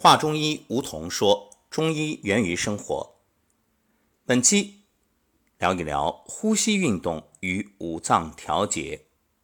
华中医吴桐说，中医源于生活。本期聊一聊呼吸运动与五脏调节。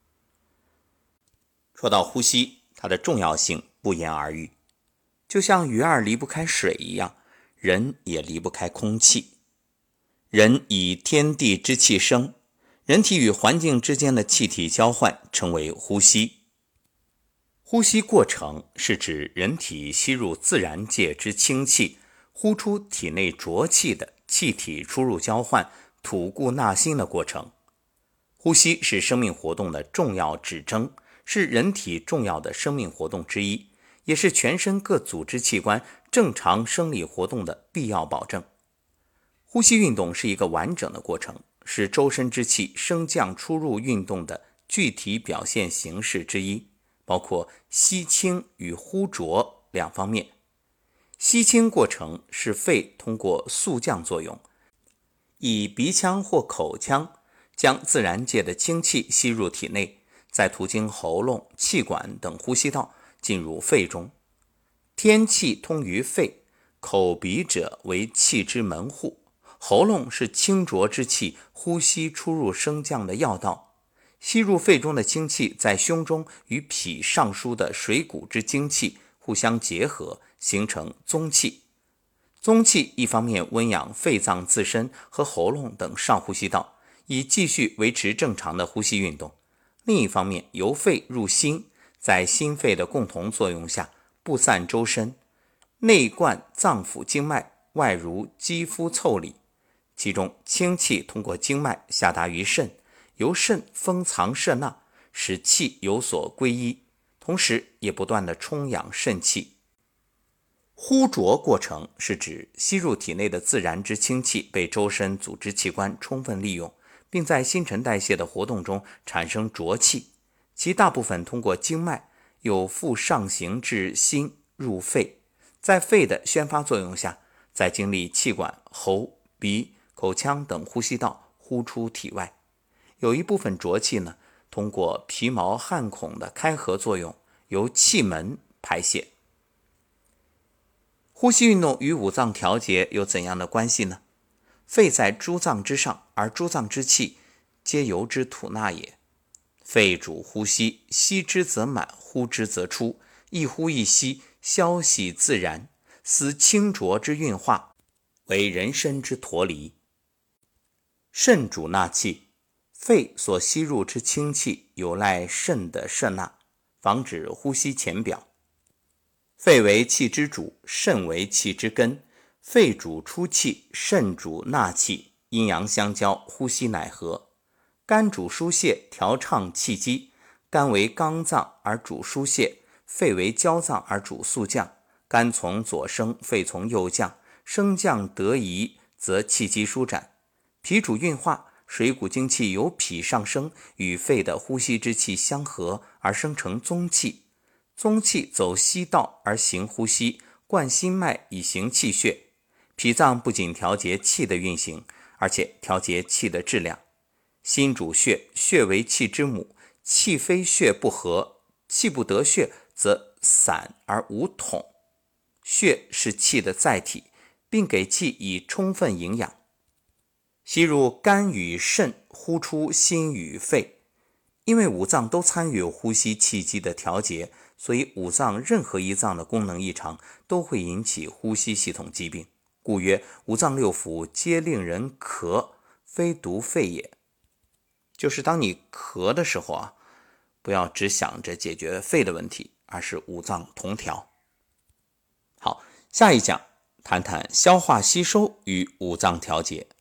说到呼吸，它的重要性不言而喻，就像鱼儿离不开水一样，人也离不开空气。人以天地之气生，人体与环境之间的气体交换称为呼吸。呼吸过程是指人体吸入自然界之清气，呼出体内浊气的气体出入交换、吐故纳新的过程。呼吸是生命活动的重要指征，是人体重要的生命活动之一，也是全身各组织器官正常生理活动的必要保证。呼吸运动是一个完整的过程，是周身之气升降出入运动的具体表现形式之一，包括吸清与呼浊两方面。吸清过程是肺通过速降作用，以鼻腔或口腔将自然界的清气吸入体内，再途经喉咙、气管等呼吸道进入肺中。天气通于肺，口鼻者为气之门户，喉咙是清浊之气呼吸出入升降的要道。吸入肺中的清气在胸中与脾上输的水谷之精气互相结合，形成宗气。宗气一方面温养肺脏自身和喉咙等上呼吸道，以继续维持正常的呼吸运动；另一方面由肺入心，在心肺的共同作用下布散周身，内灌脏腑经脉，外如肌肤腠理。其中清气通过经脉下达于肾，由肾封藏摄纳，使气有所归依，同时也不断地充养肾气。呼浊过程是指吸入体内的自然之清气被周身组织器官充分利用，并在新陈代谢的活动中产生浊气，其大部分通过经脉又复上行至心入肺，在肺的宣发作用下，再经历气管、喉、鼻、口腔等呼吸道呼出体外。有一部分浊气呢，通过皮毛汗孔的开合作用，由气门排泄。呼吸运动与五脏调节有怎样的关系呢？肺在诸脏之上，而诸脏之气皆由之吐纳也。肺主呼吸，吸之则满，呼之则出，一呼一吸，消息自然，思清浊之运化，为人身之陀离。肾主纳气，肺所吸入之清气有赖肾的摄纳，防止呼吸浅表。肺为气之主，肾为气之根，肺主出气，肾主纳气，阴阳相交，呼吸乃和。肝主疏泄，调畅气机，肝为刚脏而主疏泄，肺为焦脏而主速降，肝从左升，肺从右降，升降得宜，则气机舒展。脾主运化，水谷精气由脾上升，与肺的呼吸之气相合而生成宗气。宗气走息道而行呼吸，贯心脉以行气血。脾脏不仅调节气的运行，而且调节气的质量。心主血，血为气之母，气非血不和，气不得血则散而无统。血是气的载体，并给气以充分营养。吸入肝与肾，呼出心与肺。因为五脏都参与呼吸气机的调节，所以五脏任何一脏的功能异常都会引起呼吸系统疾病，故曰五脏六腑皆令人咳，非独肺也。就是当你咳的时候不要只想着解决肺的问题，而是五脏同调。好，下一讲谈谈消化吸收与五脏调节。